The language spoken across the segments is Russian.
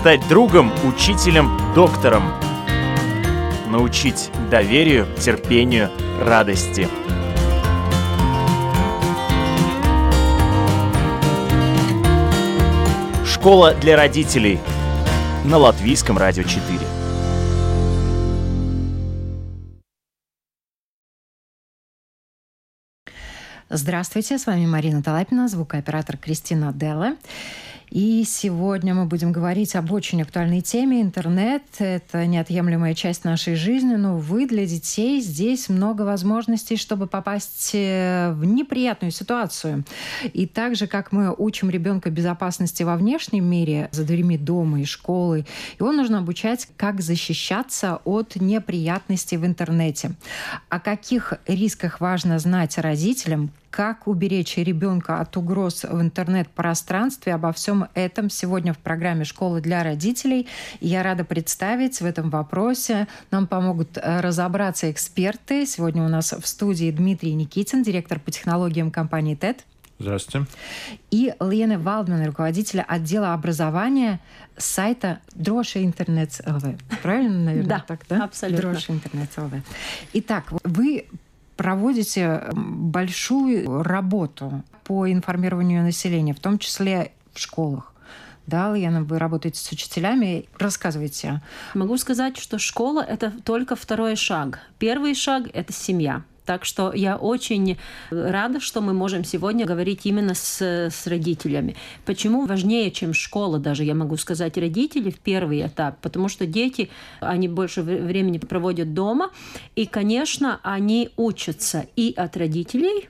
стать другом, учителем, доктором. Научить доверию, терпению, радости. Школа для родителей на Латвийском радио 4. Здравствуйте, с вами Марина Талапина, звукооператор Кристина Делла. И сегодня мы будем говорить об очень актуальной теме. Интернет – это неотъемлемая часть нашей жизни, но, увы, для детей здесь много возможностей, чтобы попасть в неприятную ситуацию. И так же, как мы учим ребенка безопасности во внешнем мире, за дверьми дома и школы, его нужно обучать, как защищаться от неприятностей в интернете. О каких рисках важно знать родителям, как уберечь ребенка от угроз в интернет-пространстве. Обо всем этом сегодня в программе «Школа для родителей». И я рада представить в этом вопросе. Нам помогут разобраться эксперты. Сегодня у нас в студии Дмитрий Никитин, директор по технологиям компании ТЭД. Здравствуйте. И Лена Валдман, руководитель отдела образования сайта Дроша Интернет ЛВ. Правильно, наверное, да, так, да? Абсолютно. Дроша Интернет ЛВ. Итак, вы проводите большую работу по информированию населения, в том числе в школах. Да, Лена, вы работаете с учителями. Рассказывайте. Могу сказать, что школа – это только второй шаг. Первый шаг – это семья. Так что я очень рада, что мы можем сегодня говорить именно с родителями. Почему важнее, чем школа даже, я могу сказать, родители в первый этап? Потому что дети, они больше времени проводят дома, и, конечно, они учатся и от родителей,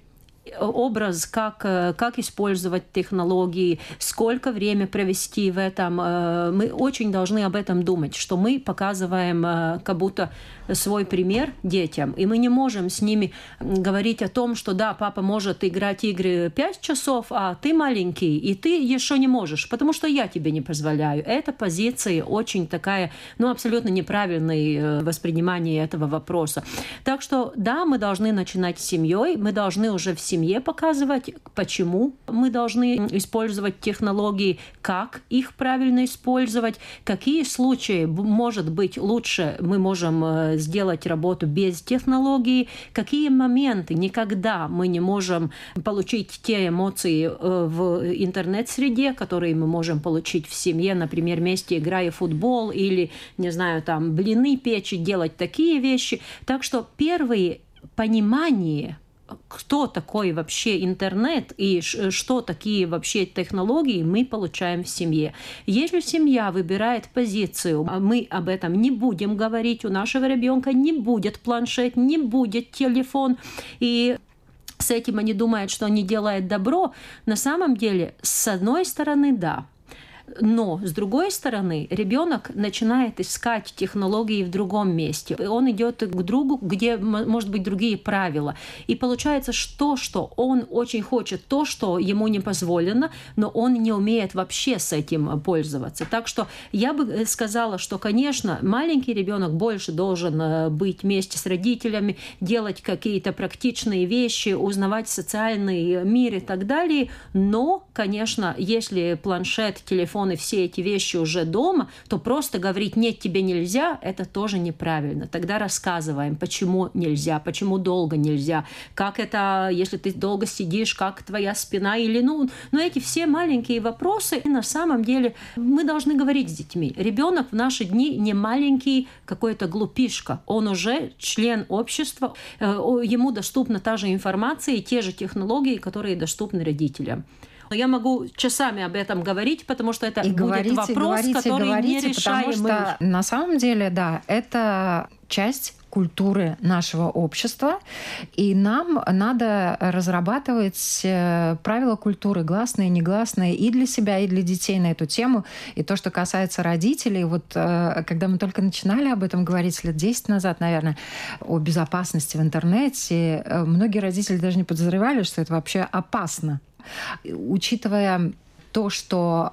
образ, как использовать технологии, сколько времени провести в этом. Мы очень должны об этом думать, что мы показываем как будто свой пример детям, и мы не можем с ними говорить о том, что да, папа может играть игры 5 часов, а ты маленький, и ты еще не можешь, потому что я тебе не позволяю. Эта позиция очень такая, абсолютно неправильное воспринимание этого вопроса. Так что да, мы должны начинать с семьей, мы должны уже в семье показывать, почему мы должны использовать технологии, как их правильно использовать, какие случаи, может быть, лучше мы можем сделать работу без технологий, какие моменты никогда мы не можем получить те эмоции в интернет-среде, которые мы можем получить в семье, например, вместе играя в футбол или, не знаю, там, блины печь, делать такие вещи. Так что первое понимание, кто такой вообще интернет и что такие вообще технологии, мы получаем в семье. Если семья выбирает позицию, мы об этом не будем говорить, у нашего ребенка не будет планшет, не будет телефон, и с этим они думают, что они делают добро, на самом деле, с одной стороны, да. Но, с другой стороны, ребенок начинает искать технологии в другом месте. Он идет к другу, где, может быть, другие правила. И получается, что он очень хочет то, что ему не позволено, но он не умеет вообще с этим пользоваться. Так что я бы сказала, что, конечно, маленький ребенок больше должен быть вместе с родителями, делать какие-то практичные вещи, узнавать социальный мир и так далее. Но, конечно, если планшет, телефон и все эти вещи уже дома, то просто говорить «нет, тебе нельзя» – это тоже неправильно. Тогда рассказываем, почему нельзя, почему долго нельзя, как это, если ты долго сидишь, как твоя спина, или эти все маленькие вопросы. И на самом деле мы должны говорить с детьми. Ребенок в наши дни не маленький какой-то глупишка, он уже член общества, ему доступна та же информация и те же технологии, которые доступны родителям. Я могу часами об этом говорить, потому что это и будет вопрос, который нерешаемый. Потому что на самом деле, да, это часть культуры нашего общества, и нам надо разрабатывать правила культуры, гласные, негласные, и для себя, и для детей на эту тему. И то, что касается родителей, когда мы только начинали об этом говорить лет 10 назад, наверное, о безопасности в интернете, многие родители даже не подозревали, что это вообще опасно. Учитывая то, что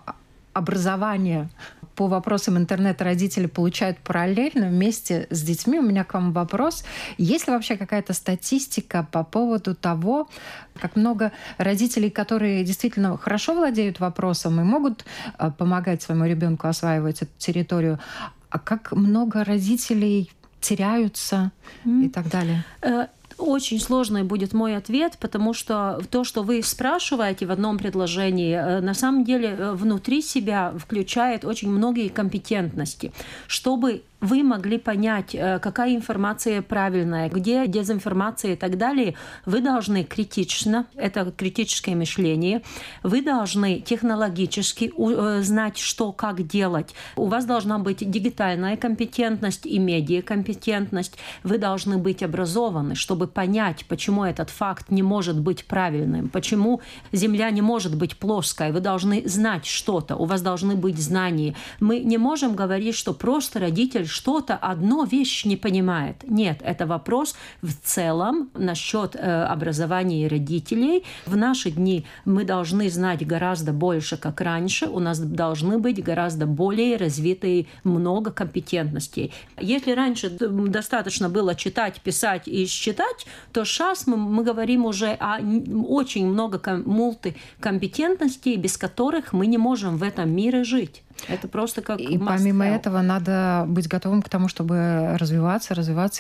образование по вопросам интернета родители получают параллельно вместе с детьми. У меня к вам вопрос. Есть ли вообще какая-то статистика по поводу того, как много родителей, которые действительно хорошо владеют вопросом и могут помогать своему ребенку осваивать эту территорию, а как много родителей теряются и так далее? Очень сложный будет мой ответ, потому что то, что вы спрашиваете в одном предложении, на самом деле внутри себя включает очень многие компетентности, чтобы вы могли понять, какая информация правильная, где дезинформация и так далее. Вы должны критично, это критическое мышление, вы должны технологически знать, что, как делать. У вас должна быть дигитальная компетентность и медиакомпетентность. Вы должны быть образованы, чтобы понять, почему этот факт не может быть правильным, почему Земля не может быть плоской. Вы должны знать что-то, у вас должны быть знания. Мы не можем говорить, что просто родитель что-то, одну вещь не понимает. Нет, это вопрос в целом насчет образования родителей. В наши дни мы должны знать гораздо больше, как раньше. У нас должны быть гораздо более развитые много компетентностей. Если раньше достаточно было читать, писать и считать, то сейчас мы говорим уже о очень много мультикомпетентностей, без которых мы не можем в этом мире жить. Это просто как И помимо этого надо быть готовым к тому, чтобы развиваться.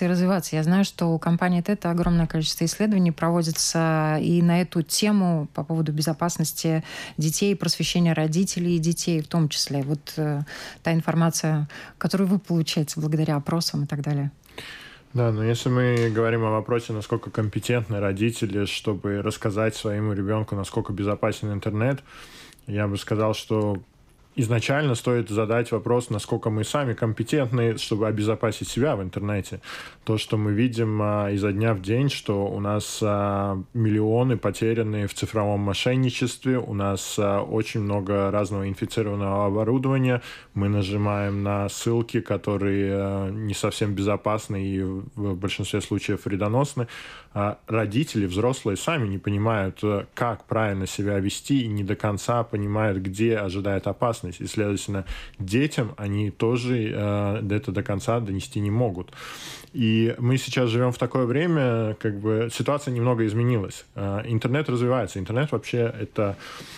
Я знаю, что у компании ТЭТ огромное количество исследований проводится и на эту тему по поводу безопасности детей, просвещения родителей и детей в том числе. Вот та информация, которую вы получаете благодаря опросам и так далее. Да, но если мы говорим о вопросе, насколько компетентны родители, чтобы рассказать своему ребенку, насколько безопасен интернет, я бы сказал, что изначально стоит задать вопрос, насколько мы сами компетентны, чтобы обезопасить себя в интернете. То, что мы видим изо дня в день, что у нас миллионы потеряны в цифровом мошенничестве, у нас очень много разного инфицированного оборудования, мы нажимаем на ссылки, которые не совсем безопасны и в большинстве случаев вредоносны. Родители, взрослые, сами не понимают, как правильно себя вести, и не до конца понимают, где ожидает опасность. И, следовательно, детям они тоже это до конца донести не могут. И мы сейчас живем в такое время, как бы ситуация немного изменилась. Интернет развивается. Интернет вообще это,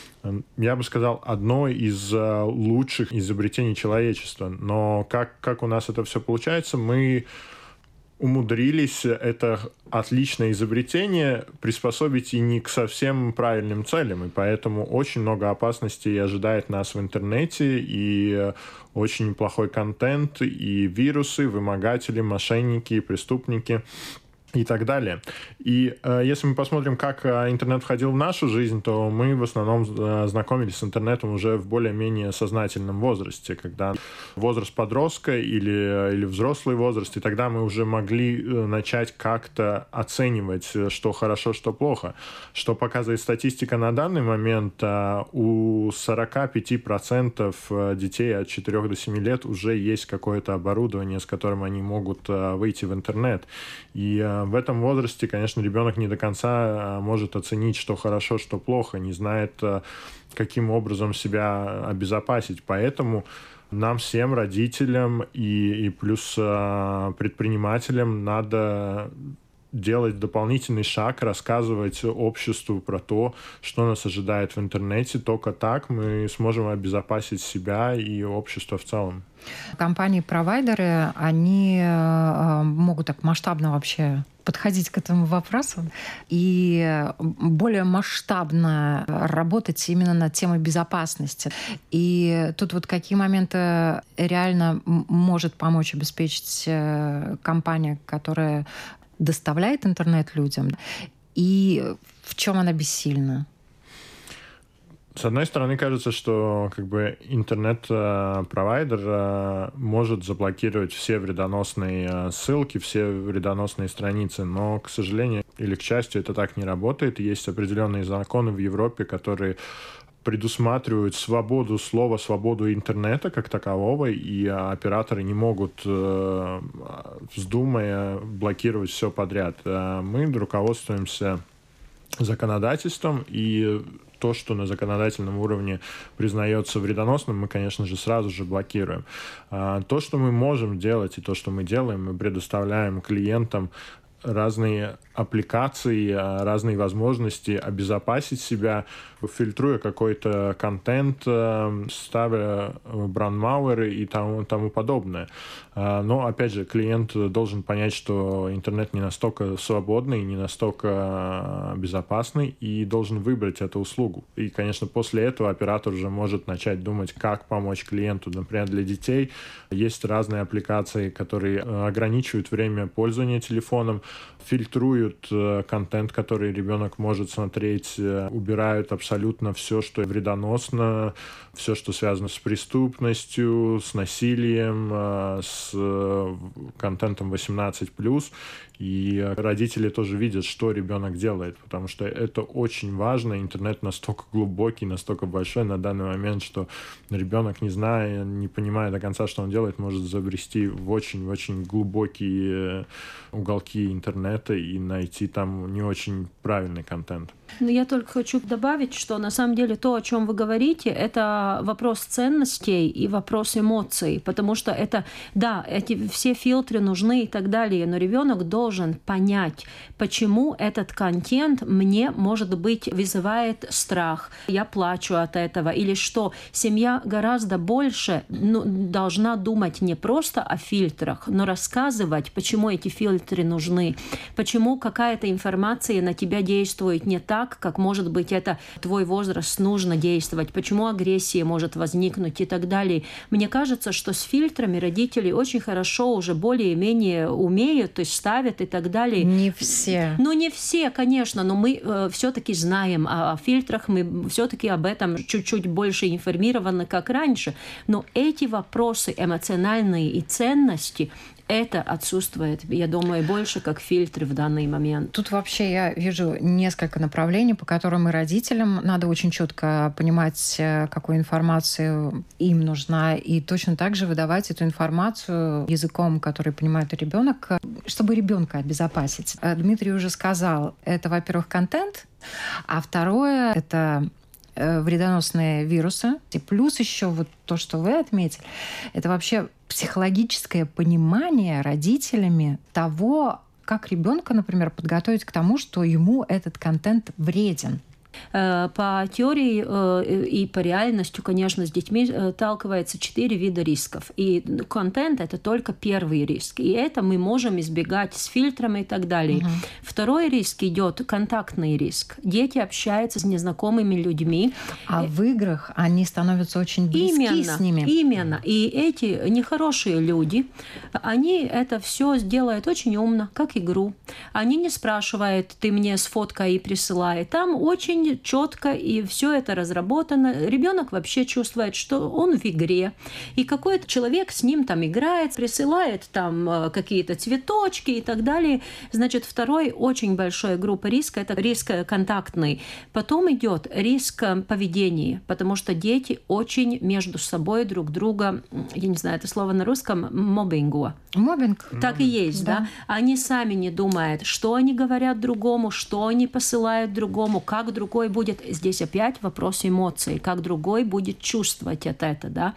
я бы сказал, одно из лучших изобретений человечества. Но как у нас это все получается, мы умудрились это отличное изобретение приспособить и не к совсем правильным целям. И поэтому очень много опасностей ожидает нас в интернете, и очень плохой контент, и вирусы, вымогатели, мошенники, преступники и так далее. И если мы посмотрим, как интернет входил в нашу жизнь, то мы в основном знакомились с интернетом уже в более-менее сознательном возрасте, когда возраст подростка или взрослый возраст, и тогда мы уже могли начать как-то оценивать, что хорошо, что плохо. Что показывает статистика на данный момент, у 45% детей от 4 до 7 лет уже есть какое-то оборудование, с которым они могут выйти в интернет. И в этом возрасте, конечно, ребенок не до конца может оценить, что хорошо, что плохо, не знает, каким образом себя обезопасить. Поэтому нам всем, родителям и плюс предпринимателям, надо делать дополнительный шаг, рассказывать обществу про то, что нас ожидает в интернете. Только так мы сможем обезопасить себя и общество в целом. Компании-провайдеры, они могут так масштабно вообще подходить к этому вопросу и более масштабно работать именно над темой безопасности. И тут вот какие моменты реально может помочь обеспечить компания, которая доставляет интернет людям, и в чем она бессильна? С одной стороны, кажется, что как бы интернет-провайдер может заблокировать все вредоносные ссылки, все вредоносные страницы, но, к сожалению или к счастью, это так не работает. Есть определенные законы в Европе, которые предусматривают свободу слова, свободу интернета как такового, и операторы не могут, вздумая, блокировать все подряд. Мы руководствуемся законодательством, и то, что на законодательном уровне признается вредоносным, мы, конечно же, сразу же блокируем. То, что мы можем делать, и то, что мы делаем, мы предоставляем клиентам разные аппликации, разные возможности обезопасить себя, фильтруя какой-то контент, ставя брандмауэры и тому подобное. Но, опять же, клиент должен понять, что интернет не настолько свободный, не настолько безопасный, и должен выбрать эту услугу. И, конечно, после этого оператор уже может начать думать, как помочь клиенту. Например, для детей есть разные аппликации, которые ограничивают время пользования телефоном, фильтруют контент, который ребенок может смотреть, убирают абсолютно все, что вредоносно, все, что связано с преступностью, с насилием, с контентом 18+. И родители тоже видят, что ребенок делает, потому что это очень важно. Интернет настолько глубокий, настолько большой на данный момент, что ребенок, не зная, не понимая до конца, что он делает, может забрести в очень-очень глубокие уголки интернета и найти там не очень правильный контент. Я только хочу добавить, что на самом деле то, о чем вы говорите, это вопрос ценностей и вопрос эмоций, потому что это, да, эти все фильтры нужны и так далее, но ребенок должен понять, почему этот контент мне, может быть, вызывает страх, я плачу от этого, или что семья гораздо больше должна думать не просто о фильтрах, но рассказывать, почему эти фильтры нужны, почему какая-то информация на тебя действует не так, как, может быть, это твой возраст нужно действовать, почему агрессия может возникнуть и так далее. Мне кажется, что с фильтрами родители очень хорошо уже более-менее умеют, то есть ставят и так далее. Не все. Ну, не все, конечно, но мы все-таки знаем о фильтрах, мы все-таки об этом чуть-чуть больше информированы, как раньше. Но эти вопросы эмоциональные и ценности, это отсутствует, я думаю, больше как фильтры в данный момент. Тут вообще я вижу несколько направлений, по которым и родителям надо очень четко понимать, какую информацию им нужна, и точно так же выдавать эту информацию языком, который понимает ребенок, чтобы ребенка обезопасить. Дмитрий уже сказал, это, во-первых, контент, а второе — это вредоносные вирусы. И плюс еще вот то, что вы отметили, это вообще психологическое понимание родителями того, как ребенка, например, подготовить к тому, что ему этот контент вреден. По теории и по реальности, конечно, с детьми сталкивается 4 вида рисков. И контент — это только первый риск. И это мы можем избегать с фильтрами и так далее. Второй риск идет контактный риск. Дети общаются с незнакомыми людьми. А в играх они становятся очень близки с ними. Именно. И эти нехорошие люди, они это все сделают очень умно, как игру. Они не спрашивают, ты мне сфоткай и присылай. Там очень четко, и все это разработано. Ребенок вообще чувствует, что он в игре, и какой-то человек с ним там играет, присылает там какие-то цветочки и так далее. Значит, второй очень большая группа риска — это риск контактный. Потом идет риск поведения, потому что дети очень между собой друг друга, я не знаю, это слово на русском, моббингу. Моббинг. Так и есть, да. Они сами не думают, что они говорят другому, что они посылают другому, как другой будет. Здесь опять вопрос эмоций, как другой будет чувствовать это, да.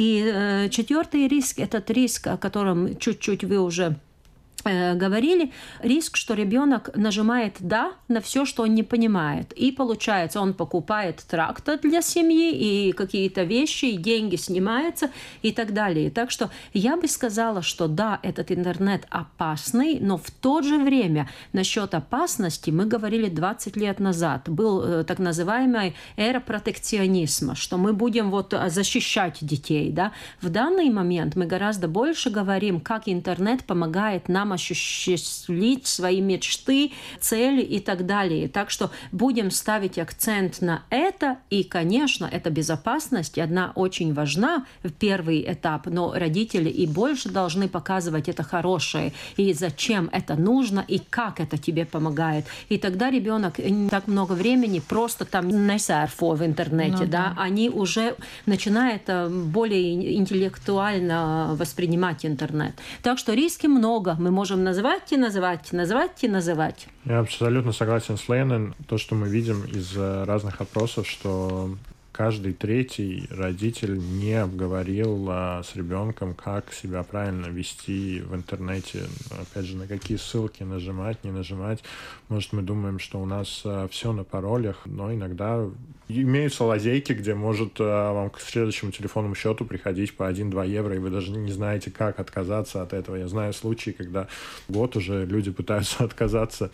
И четвертый риск, этот риск, о котором чуть-чуть вы уже говорили, риск, что ребенок нажимает «да» на все, что он не понимает. И получается, он покупает трактор для семьи, и какие-то вещи, и деньги снимаются, и так далее. Так что я бы сказала, что да, этот интернет опасный, но в то же время насчет опасности мы говорили 20 лет назад. Был так называемая эра протекционизма, что мы будем вот защищать детей. Да? В данный момент мы гораздо больше говорим, как интернет помогает нам осуществить свои мечты, цели и так далее. Так что будем ставить акцент на это. И, конечно, эта безопасность, одна очень важна в первый этап, но родители и больше должны показывать это хорошее, и зачем это нужно, и как это тебе помогает. И тогда ребенок не так много времени просто там не серфо в интернете, да, они уже начинают более интеллектуально воспринимать интернет. Так что риски много. Мы можем называть и называть, называть и называть. Я абсолютно согласен с Леной. То, что мы видим из разных опросов, что каждый третий родитель не обговорил с ребенком, как себя правильно вести в интернете. Опять же, на какие ссылки нажимать, не нажимать. Может, мы думаем, что у нас все на паролях, но иногда имеются лазейки, где может вам к следующему телефонному счету приходить по 1-2 евро, и вы даже не знаете, как отказаться от этого. Я знаю случаи, когда вот уже люди пытаются отказаться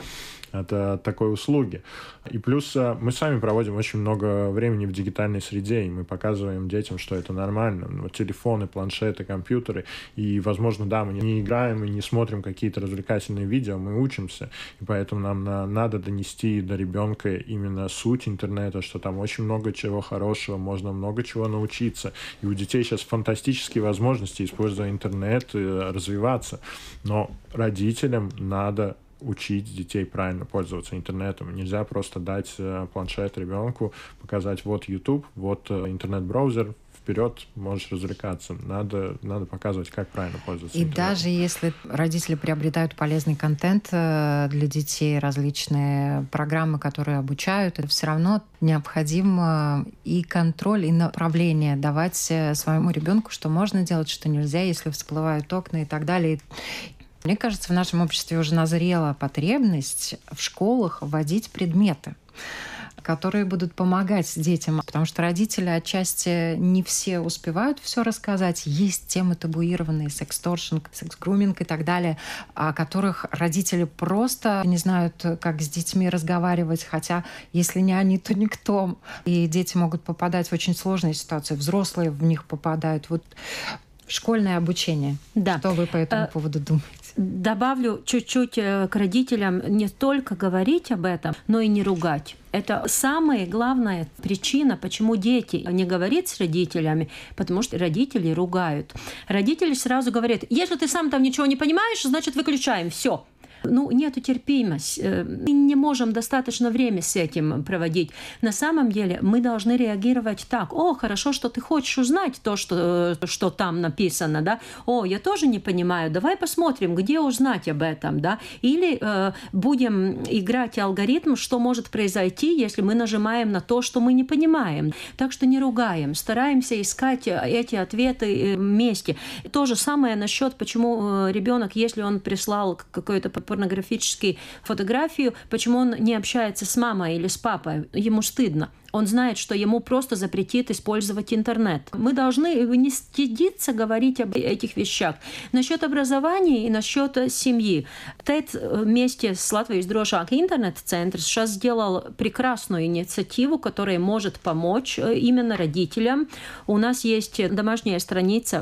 от такой услуги. И плюс мы сами проводим очень много времени в дигитальной среде, и мы показываем детям, что это нормально. Вот телефоны, планшеты, компьютеры. И, возможно, да, мы не играем и не смотрим какие-то развлекательные видео, мы учимся. И поэтому нам надо донести до ребенка именно суть интернета, что там очень много чего хорошего, можно много чего научиться. И у детей сейчас фантастические возможности, используя интернет, развиваться. Но родителям надо учить детей правильно пользоваться интернетом. Нельзя просто дать планшет ребенку, показать вот YouTube, вот интернет-браузер, вперед, можешь развлекаться. Надо показывать, как правильно пользоваться интернетом. И даже если родители приобретают полезный контент для детей, различные программы, которые обучают, это все равно необходим и контроль, и направление давать своему ребенку, что можно делать, что нельзя, если всплывают окна и так далее. Мне кажется, в нашем обществе уже назрела потребность в школах вводить предметы, которые будут помогать детям, потому что родители отчасти не все успевают все рассказать. Есть темы табуированные, секс-торшн, секс-груминг и так далее, о которых родители просто не знают, как с детьми разговаривать, хотя если не они, то никто. И дети могут попадать в очень сложные ситуации, взрослые в них попадают. Вот школьное обучение. Да. Что вы по этому поводу думаете? Добавлю чуть-чуть к родителям не только говорить об этом, но и не ругать. Это самая главная причина, почему дети не говорят с родителями, потому что родители ругают. Родители сразу говорят: если ты сам там ничего не понимаешь, значит выключаем, все. Нету терпимости. Мы не можем достаточно времени с этим проводить. На самом деле мы должны реагировать так: о, хорошо, что ты хочешь узнать то, что там написано, да? О, я тоже не понимаю, давай посмотрим, где узнать об этом, да? Или будем играть алгоритм, что может произойти, если мы нажимаем на то, что мы не понимаем. Так что не ругаем, стараемся искать эти ответы вместе. То же самое насчет, почему ребенок, если он прислал какой-то порнографическую фотографию, почему он не общается с мамой или с папой. Ему стыдно. Он знает, что ему просто запретит использовать интернет. Мы должны не стыдиться говорить об этих вещах. Насчет образования и насчет семьи. ТЭД вместе с Латвijas drošāk интернет-центр сейчас сделал прекрасную инициативу, которая может помочь именно родителям. У нас есть домашняя страница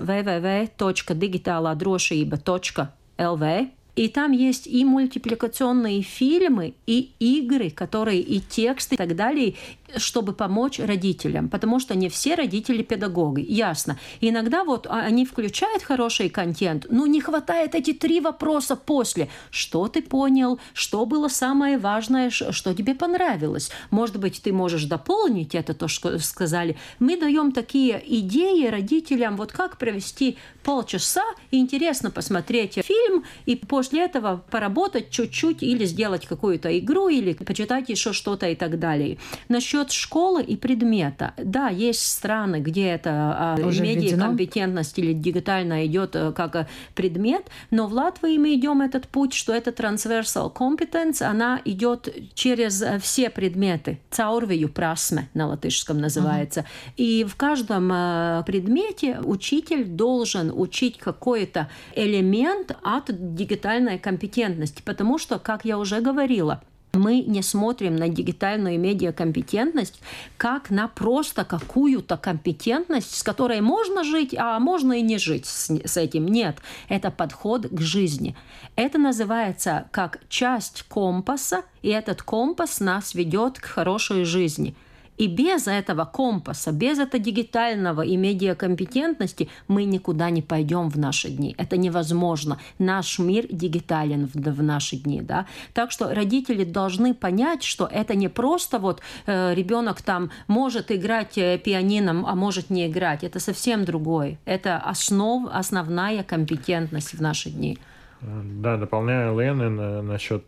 www.digitaladrošība.lv. И там есть и мультипликационные фильмы, и игры, которые и тексты и так далее, чтобы помочь родителям. Потому что не все родители педагоги, ясно. Иногда вот они включают хороший контент, но не хватает эти 3 вопроса после. Что ты понял? Что было самое важное? Что тебе понравилось? Может быть, ты можешь дополнить это, то, что сказали. Мы даем такие идеи родителям, вот как провести полчаса, и интересно посмотреть фильм, и после этого поработать чуть-чуть или сделать какую-то игру, или почитать еще что-то и так далее. Насчет школы и предмета. Да, есть страны, где это медиакомпетентность или дигитально идет как предмет, но в Латвии мы идем этот путь, что это transversal competence, она идет через все предметы. Caurviju prasme на латышском называется. И в каждом предмете учитель должен учить какой-то элемент от дигитальной компетентности, потому что, как я уже говорила, мы не смотрим на дигитальную медиакомпетентность как на просто какую-то компетентность, с которой можно жить, а можно и не жить с этим. Нет, это подход к жизни. Это называется как часть компаса, и этот компас нас ведет к хорошей жизни. И без этого компаса, без этого дигитального и медиакомпетентности мы никуда не пойдем в наши дни. Это невозможно. Наш мир дигитален в наши дни. Да? Так что родители должны понять, что это не просто вот ребенок там может играть пианино, а может не играть. Это совсем другое. Это основная компетентность в наши дни. Да, дополняю Лены насчет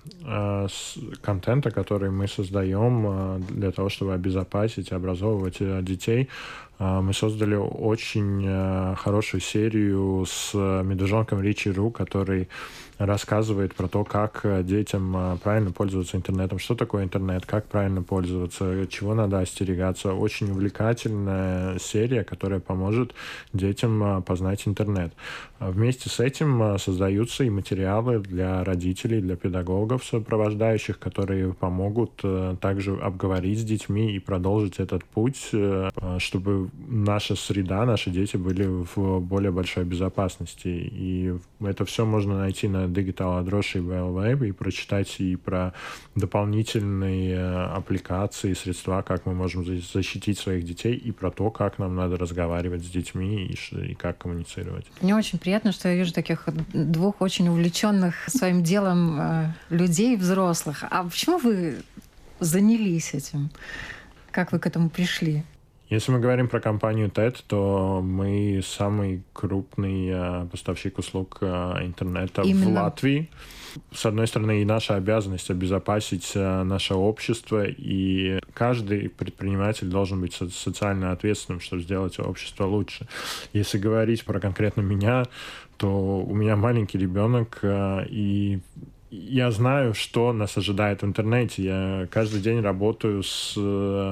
контента, который мы создаем для того, чтобы обезопасить и образовывать детей. Мы создали очень хорошую серию с медвежонком Ричи Ру, который рассказывает про то, как детям правильно пользоваться интернетом, что такое интернет, как правильно пользоваться, чего надо остерегаться. Очень увлекательная серия, которая поможет детям познать интернет. Вместе с этим создаются и материалы для родителей, для педагогов, сопровождающих, которые помогут также обговорить с детьми и продолжить этот путь, чтобы наша среда, наши дети были в более большой безопасности. И это все можно найти на Digital Adroši VLV и прочитать и про дополнительные аппликации, средства, как мы можем защитить своих детей, и про то, как нам надо разговаривать с детьми и как коммуницировать. Мне очень приятно, что я вижу таких двух очень увлеченных своим делом людей, взрослых. А почему вы занялись этим? Как вы к этому пришли? Если мы говорим про компанию TED, то мы самый крупный поставщик услуг интернета в Латвии. С одной стороны, и наша обязанность обезопасить наше общество, и каждый предприниматель должен быть социально ответственным, чтобы сделать общество лучше. Если говорить про конкретно меня, то у меня маленький ребенок, и я знаю, что нас ожидает в интернете. Я каждый день работаю с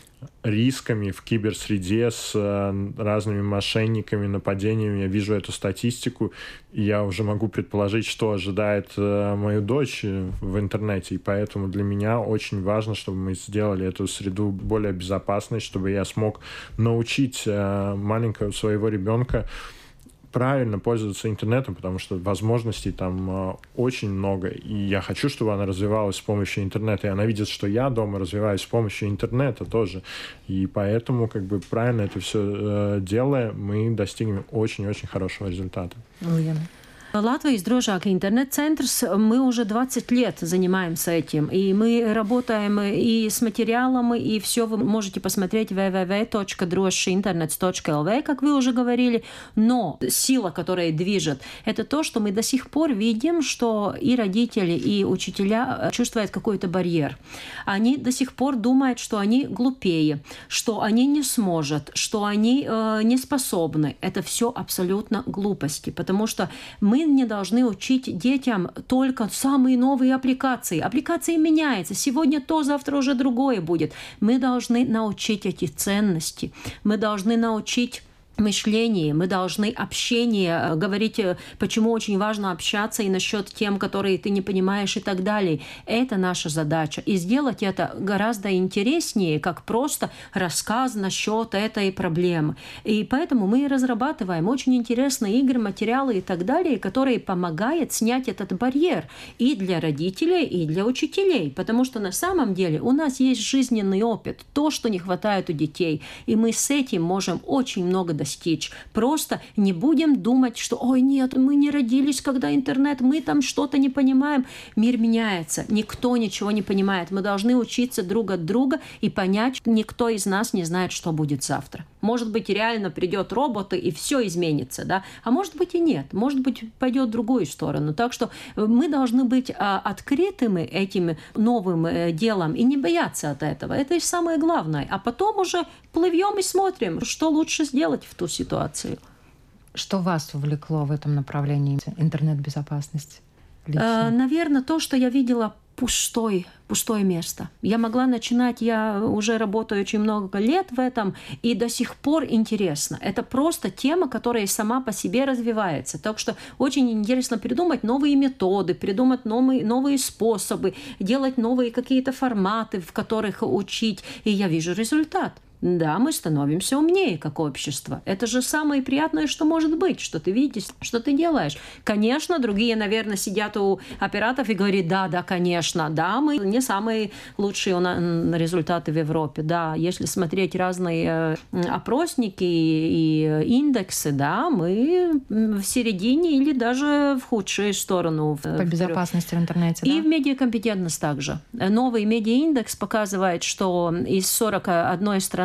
рисками в киберсреде, с разными мошенниками, нападениями. Я вижу эту статистику, и я уже могу предположить, что ожидает мою дочь в интернете. И поэтому для меня очень важно, чтобы мы сделали эту среду более безопасной, чтобы я смог научить маленького своего ребенка правильно пользоваться интернетом, потому что возможностей там очень много, и я хочу, чтобы она развивалась с помощью интернета, и она видит, что я дома развиваюсь с помощью интернета тоже, и поэтому правильно это все делая, мы достигнем очень-очень хорошего результата. Латвijas drošākais интернет-центrs, мы уже 20 лет занимаемся этим, и мы работаем и с материалами, и все вы можете посмотреть www.drošinternet.lv, как вы уже говорили, но сила, которая движет, это то, что мы до сих пор видим, что и родители, и учителя чувствуют какой-то барьер. Они до сих пор думают, что они глупее, что они не смогут, что они не способны. Это все абсолютно глупости, потому что мы не должны учить детям только самые новые аппликации. Аппликации меняются. Сегодня то, завтра уже другое будет. Мы должны научить эти ценности. Мы должны научить мышление, мы должны общение, говорить, почему очень важно общаться и насчет тем, которые ты не понимаешь и так далее. Это наша задача. И сделать это гораздо интереснее, как просто рассказ насчет этой проблемы. И поэтому мы разрабатываем очень интересные игры, материалы и так далее, которые помогают снять этот барьер и для родителей, и для учителей. Потому что на самом деле у нас есть жизненный опыт, то, что не хватает у детей. И мы с этим можем очень много достичь. Просто не будем думать, что «Ой, нет, мы не родились, когда интернет, мы там что-то не понимаем». Мир меняется, никто ничего не понимает. Мы должны учиться друг от друга и понять, что никто из нас не знает, что будет завтра. Может быть, реально придет робот, и все изменится, да? А может быть и нет. Может быть, пойдет в другую сторону. Так что мы должны быть открытыми этим новым делом и не бояться от этого. Это и самое главное. А потом уже плывем и смотрим, что лучше сделать в ту ситуацию. Что вас увлекло в этом направлении интернет-безопасности? Наверное, то, что я видела пустое место. Я могла начинать, я уже работаю очень много лет в этом, и до сих пор интересно. Это просто тема, которая сама по себе развивается. Так что очень интересно придумать новые методы, придумать новые способы, делать новые какие-то форматы, в которых учить. И я вижу результат. Да, мы становимся умнее как общество. Это же самое приятное, что может быть, что ты видишь, что ты делаешь. Конечно, другие, наверное, сидят у операторов и говорят, да, конечно, да, мы не самые лучшие результаты в Европе. Да, если смотреть разные опросники и индексы, да, мы в середине или даже в худшую сторону. По безопасности в интернете, да? И в медиакомпетентность также. Новый медиаиндекс показывает, что из 41 страны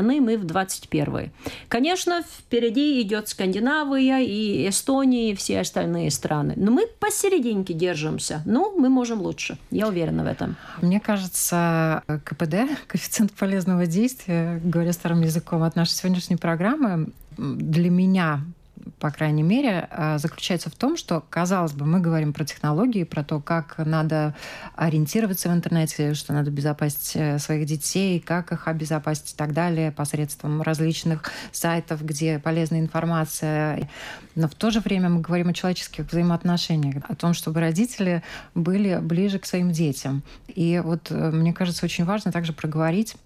страны, мы в 21-й. Конечно, впереди идет Скандинавия и Эстония, и все остальные страны. Но мы посерединке держимся. Ну, мы можем лучше. Я уверена в этом. Мне кажется, КПД, коэффициент полезного действия, говоря старым языком, от нашей сегодняшней программы, для меня, по крайней мере, заключается в том, что, казалось бы, мы говорим про технологии, про то, как надо ориентироваться в интернете, что надо обезопасить своих детей, как их обезопасить и так далее посредством различных сайтов, где полезная информация. Но в то же время мы говорим о человеческих взаимоотношениях, о том, чтобы родители были ближе к своим детям. И вот мне кажется, очень важно также проговорить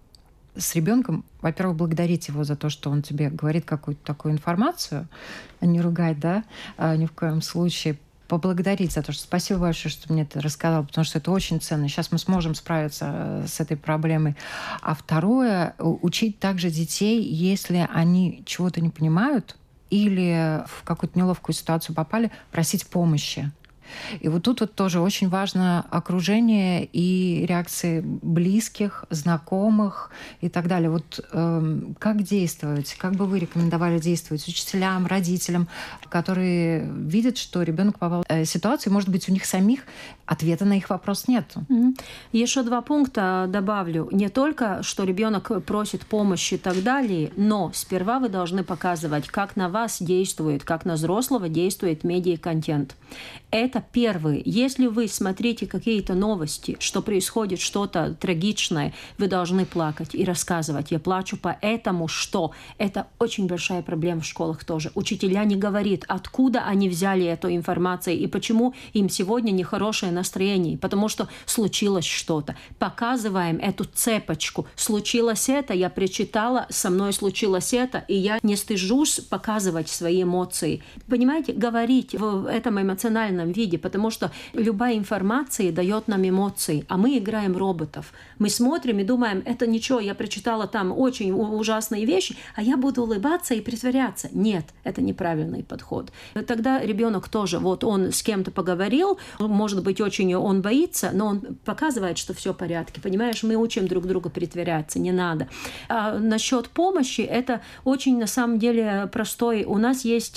с ребенком, во-первых, благодарить его за то, что он тебе говорит какую-то такую информацию, а не ругать, да, ни в коем случае. Поблагодарить за то, что спасибо большое, что мне это рассказал, потому что это очень ценно. Сейчас мы сможем справиться с этой проблемой. А второе, учить также детей, если они чего-то не понимают или в какую-то неловкую ситуацию попали, просить помощи. И вот тут вот тоже очень важно окружение и реакции близких, знакомых и так далее. Вот как действовать? Как бы вы рекомендовали действовать учителям, родителям, которые видят, что ребенок попал в ситуацию, может быть, у них самих ответа на их вопрос нет. Еще 2 пункта добавлю. Не только, что ребенок просит помощи и так далее, но сперва вы должны показывать, как на вас действует, как на взрослого действует медиаконтент. Это первый. Если вы смотрите какие-то новости, что происходит что-то трагичное, вы должны плакать и рассказывать. Я плачу поэтому, что это очень большая проблема в школах тоже. Учителя не говорят, откуда они взяли эту информацию и почему им сегодня нехорошее настроение, потому что случилось что-то. Показываем эту цепочку. Случилось это, я прочитала, со мной случилось это, и я не стыжусь показывать свои эмоции. Понимаете, говорить в этом эмоциональном виде, потому что любая информация дает нам эмоции, а мы играем роботов. Мы смотрим и думаем, это ничего, я прочитала там очень ужасные вещи, а я буду улыбаться и притворяться. Нет, это неправильный подход. Тогда ребенок тоже, вот он с кем-то поговорил, может быть, очень он боится, но он показывает, что все в порядке. Понимаешь, мы учим друг друга притворяться, не надо. А насчет помощи, это очень на самом деле простой. У нас есть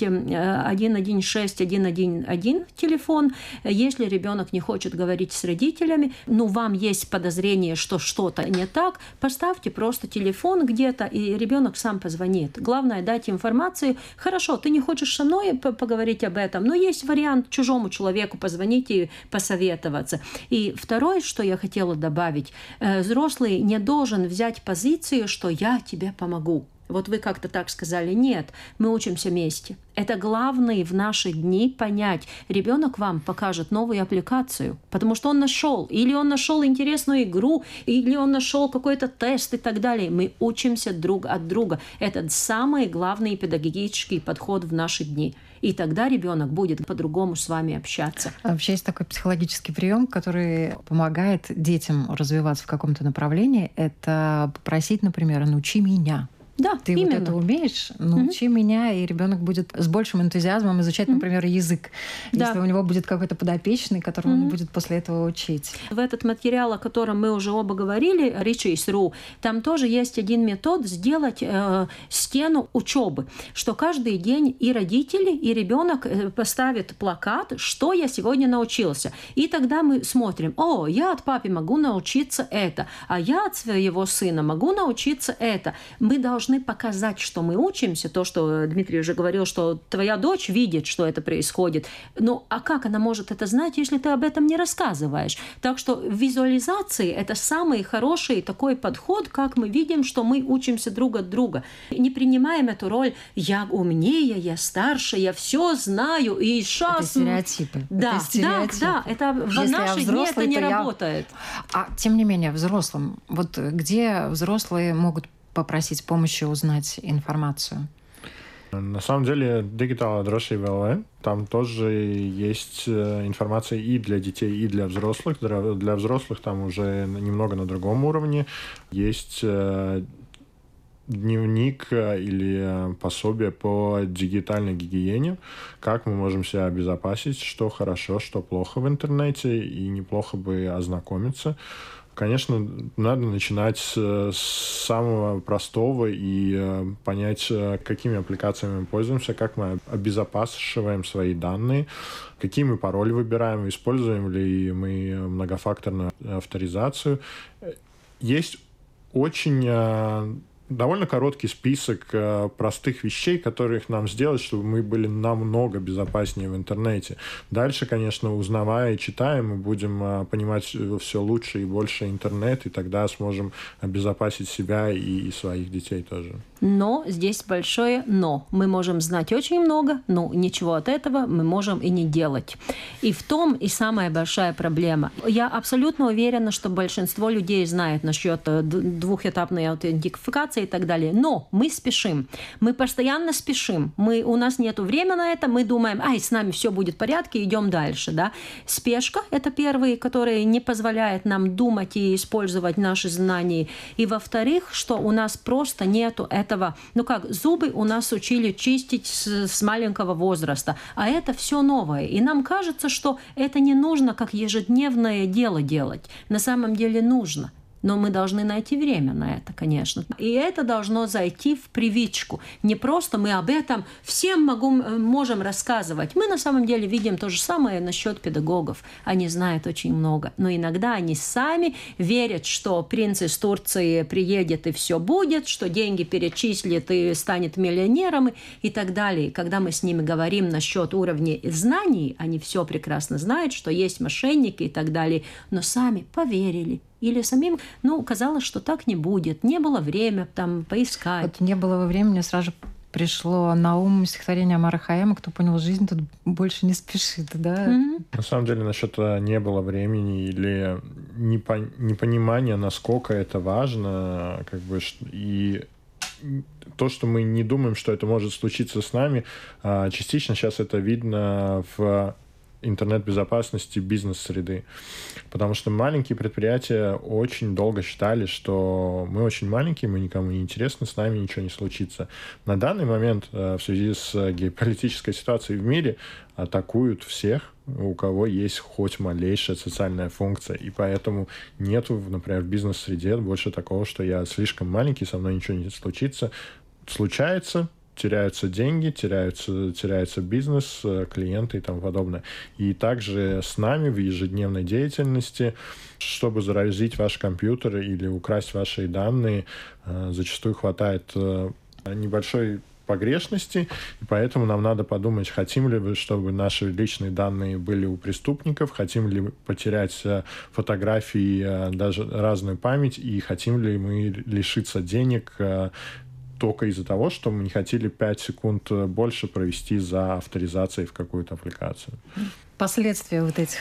116, 111 телефон. Если ребенок не хочет говорить с родителями, вам есть подозрение, что что-то не так, поставьте просто телефон где-то, и ребенок сам позвонит. Главное дать информацию. Хорошо, ты не хочешь со мной поговорить об этом, но есть вариант чужому человеку позвонить и посоветоваться. И второе, что я хотела добавить, взрослый не должен взять позицию, что я тебе помогу. Вот вы как-то так сказали. Нет, мы учимся вместе. Это главное в наши дни понять. Ребенок вам покажет новую аппликацию, потому что он нашел. Или он нашел интересную игру, или он нашел какой-то тест и так далее. Мы учимся друг от друга. Это самый главный педагогический подход в наши дни. И тогда ребенок будет по-другому с вами общаться. Вообще есть такой психологический прием, который помогает детям развиваться в каком-то направлении. Это попросить, например, научи меня. Да, ты именно. вот это умеешь, научи меня, и ребенок будет с большим энтузиазмом изучать, например, язык. Да. Если у него будет какой-то подопечный, которого он будет после этого учить. В этот материал, о котором мы уже оба говорили, Riches.ru, там тоже есть один метод сделать стену учебы, что каждый день и родители, и ребенок поставят плакат, что я сегодня научился. И тогда мы смотрим, я от папы могу научиться это, а я от своего сына могу научиться это. Мы должны показать, что мы учимся, то, что Дмитрий уже говорил, что твоя дочь видит, что это происходит. А как она может это знать, если ты об этом не рассказываешь? Так что визуализации — это самый хороший такой подход, как мы видим, что мы учимся друг от друга. Не принимаем эту роль «я умнее, я старше, я все знаю». И сейчас... Это стереотипы. Да, это в наши дни это не работает. А тем не менее, взрослым, вот где взрослые могут попросить помощи узнать информацию? На самом деле, Digitālā drošība LV, там тоже есть информация и для детей, и для взрослых. Для взрослых там уже немного на другом уровне. Есть дневник или пособие по дигитальной гигиене, как мы можем себя обезопасить, что хорошо, что плохо в интернете, и неплохо бы ознакомиться. Конечно, надо начинать с самого простого и понять, какими аппликациями мы пользуемся, как мы обезопасиваем свои данные, какие мы пароли выбираем, используем ли мы многофакторную авторизацию. Есть очень довольно короткий список простых вещей, которых нам сделать, чтобы мы были намного безопаснее в интернете. Дальше, конечно, узнавая и читая, мы будем понимать все лучше и больше интернет, и тогда сможем обезопасить себя и своих детей тоже. Но здесь большое но. Мы можем знать очень много, но ничего от этого мы можем и не делать. И в том и самая большая проблема. Я абсолютно уверена, что большинство людей знает насчет двухэтапной аутентификации и так далее. Но мы спешим. Мы постоянно спешим. У нас нет времени на это. Мы думаем, с нами все будет в порядке, идем дальше. Да? Спешка – это первый, который не позволяет нам думать и использовать наши знания. И во-вторых, что у нас просто нету этого. Зубы у нас учили чистить с маленького возраста, а это все новое. И нам кажется, что это не нужно как ежедневное дело делать. На самом деле нужно. Но мы должны найти время на это, конечно. И это должно зайти в привычку. Не просто мы об этом всем можем рассказывать. Мы на самом деле видим то же самое насчет педагогов. Они знают очень много. Но иногда они сами верят, что принц из Турции приедет и все будет, что деньги перечислит и станет миллионером и так далее. И когда мы с ними говорим насчет уровня знаний, они все прекрасно знают, что есть мошенники и так далее. Но сами поверили. Или самим, казалось, что так не будет. Не было времени там поискать. Вот не было времени, мне сразу пришло на ум стихотворение Омара Хайяма «Кто понял жизнь, тут больше не спешит». Да? Mm-hmm. На самом деле, насчет не было времени или непонимания, насколько это важно, и то, что мы не думаем, что это может случиться с нами, частично сейчас это видно в интернет-безопасности бизнес-среды. Потому что маленькие предприятия очень долго считали, что мы очень маленькие, мы никому не интересны, с нами ничего не случится. На данный момент в связи с геополитической ситуацией в мире атакуют всех, у кого есть хоть малейшая социальная функция. И поэтому нету, например, в бизнес-среде больше такого, что я слишком маленький, со мной ничего не случится. Случается, теряются деньги, теряется бизнес, клиенты и тому подобное. И также с нами в ежедневной деятельности, чтобы заразить ваш компьютер или украсть ваши данные, зачастую хватает небольшой погрешности, и поэтому нам надо подумать, хотим ли мы, чтобы наши личные данные были у преступников, хотим ли потерять фотографии, даже разную память, и хотим ли мы лишиться денег только из-за того, что мы не хотели 5 секунд больше провести за авторизацией в какую-то аппликацию. Последствия вот этих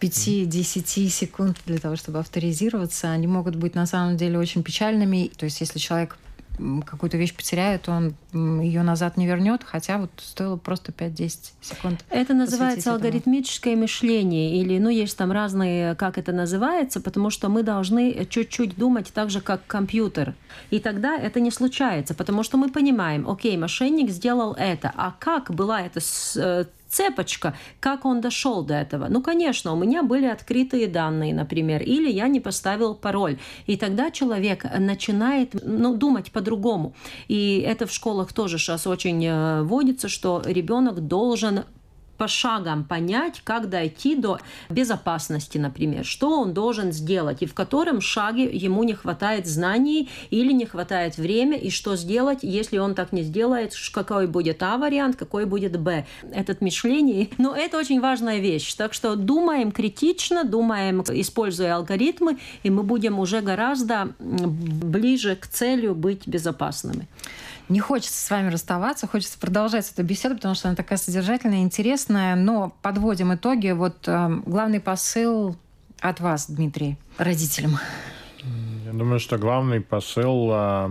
5-10 секунд для того, чтобы авторизироваться, они могут быть на самом деле очень печальными. То есть если человек какую-то вещь потеряет, он ее назад не вернет, хотя стоило просто 5-10 секунд. Это называется алгоритмическое мышление, или, есть там разные, как это называется, потому что мы должны чуть-чуть думать так же, как компьютер. И тогда это не случается, потому что мы понимаем, окей, мошенник сделал это, а как была эта цепочка, как он дошел до этого. Конечно, у меня были открытые данные, например, или я не поставил пароль. И тогда человек начинает думать по-другому. И это в школах тоже сейчас очень вводится, что ребенок должен по шагам понять, как дойти до безопасности, например, что он должен сделать, и в котором шаге ему не хватает знаний или не хватает времени, и что сделать, если он так не сделает, какой будет вариант, какой будет Б. Это мышление. Но это очень важная вещь. Так что думаем критично, думаем, используя алгоритмы, и мы будем уже гораздо ближе к целью быть безопасными. Не хочется с вами расставаться, хочется продолжать эту беседу, потому что она такая содержательная, интересная. Но подводим итоги. Главный посыл от вас, Дмитрий, родителям. Я думаю, что главный посыл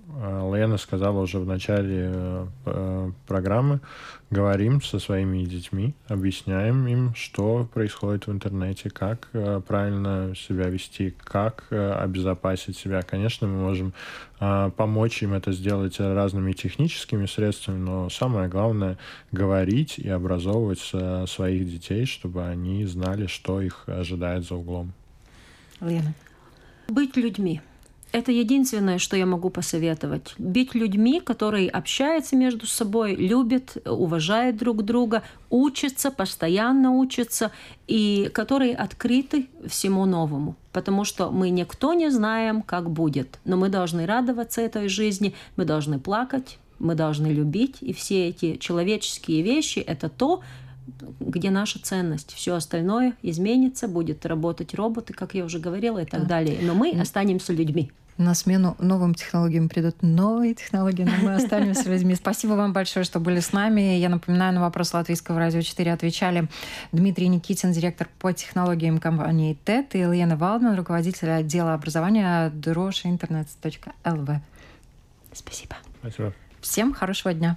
Лена сказала уже в начале программы, говорим со своими детьми, объясняем им, что происходит в интернете, как правильно себя вести, как обезопасить себя. Конечно, мы можем помочь им это сделать разными техническими средствами, но самое главное — говорить и образовывать своих детей, чтобы они знали, что их ожидает за углом. Лена. Быть людьми. Это единственное, что я могу посоветовать. Быть людьми, которые общаются между собой, любят, уважают друг друга, учатся, постоянно учатся, и которые открыты всему новому. Потому что мы никто не знаем, как будет. Но мы должны радоваться этой жизни, мы должны плакать, мы должны любить. И все эти человеческие вещи — это то, где наша ценность. Все остальное изменится, будет работать роботы, как я уже говорила, и так далее. Но мы останемся людьми. На смену новым технологиям придут новые технологии, но мы останемся людьми. Спасибо вам большое, что были с нами. Я напоминаю, на вопрос Латвийского радио 4 отвечали Дмитрий Никитин, директор по технологиям компании ТЭТ, и Лена Валдман, руководитель отдела образования droshinternet.lv. Спасибо. Спасибо. Всем хорошего дня.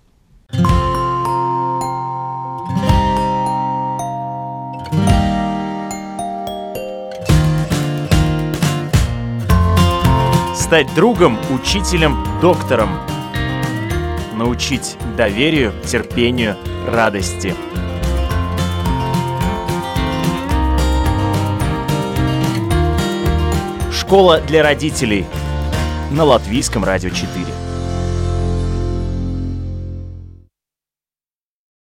Стать другом, учителем, доктором. Научить доверию, терпению, радости. Школа для родителей на Латвийском радио 4.